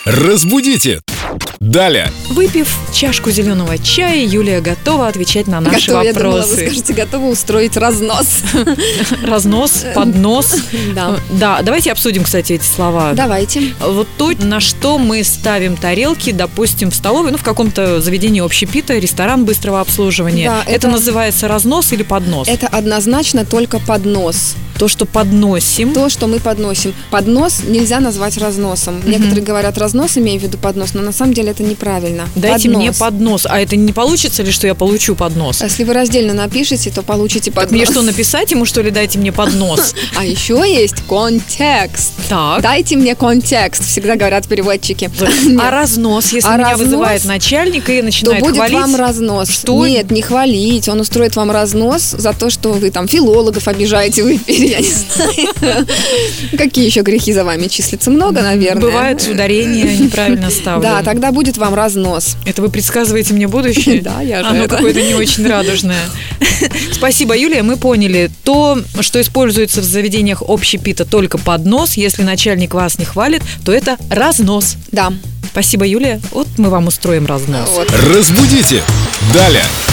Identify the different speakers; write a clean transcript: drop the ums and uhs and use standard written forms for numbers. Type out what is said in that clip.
Speaker 1: Разбудите! Далее!
Speaker 2: Выпив чашку зеленого чая, Юлия готова отвечать на наши
Speaker 3: Я думала, вы
Speaker 2: вопросы.
Speaker 3: скажете, готова устроить разнос.
Speaker 2: Разнос, поднос.
Speaker 3: Да.
Speaker 2: Да, давайте обсудим, кстати, эти слова.
Speaker 3: Давайте.
Speaker 2: Вот то, на что мы ставим тарелки, допустим, в столовой, в каком-то заведении общепита, ресторан быстрого обслуживания.
Speaker 3: Да,
Speaker 2: это
Speaker 3: это
Speaker 2: называется разнос или поднос?
Speaker 3: Это однозначно только поднос.
Speaker 2: То, что подносим.
Speaker 3: То, что мы подносим. Поднос нельзя назвать разносом. Некоторые говорят разнос, имея в виду поднос, но на самом деле это неправильно.
Speaker 2: Дайте
Speaker 3: поднос.
Speaker 2: мне поднос. А это не получится ли, что я получу поднос?
Speaker 3: Если вы раздельно напишете, то получите поднос.
Speaker 2: Так мне что, написать ему, что ли, дайте мне поднос?
Speaker 3: А еще есть контекст.
Speaker 2: Так.
Speaker 3: Дайте мне контекст, всегда говорят переводчики.
Speaker 2: А разнос, если
Speaker 3: А
Speaker 2: меня
Speaker 3: разнос?
Speaker 2: вызывает начальник и
Speaker 3: То
Speaker 2: начинает
Speaker 3: будет
Speaker 2: хвалить?
Speaker 3: вам разнос.
Speaker 2: Что?
Speaker 3: Нет, не хвалить. Он устроит вам разнос за то, что вы там филологов обижаете в эфире, я не знаю. Какие еще грехи за вами числятся? Много, наверное.
Speaker 2: Бывает ударение неправильно ставлю.
Speaker 3: Да, тогда будет вам разнос.
Speaker 2: Это вы предсказываете мне будущее?
Speaker 3: Да, я же
Speaker 2: Оно
Speaker 3: это.
Speaker 2: какое-то не очень радужное. Спасибо, Юлия, мы поняли. То, что используется в заведениях общепита, только поднос. Если начальник вас не хвалит, то это разнос.
Speaker 3: Да.
Speaker 2: Спасибо, Юлия. Вот мы вам устроим разнос.
Speaker 3: Вот.
Speaker 1: Разбудите! Далее!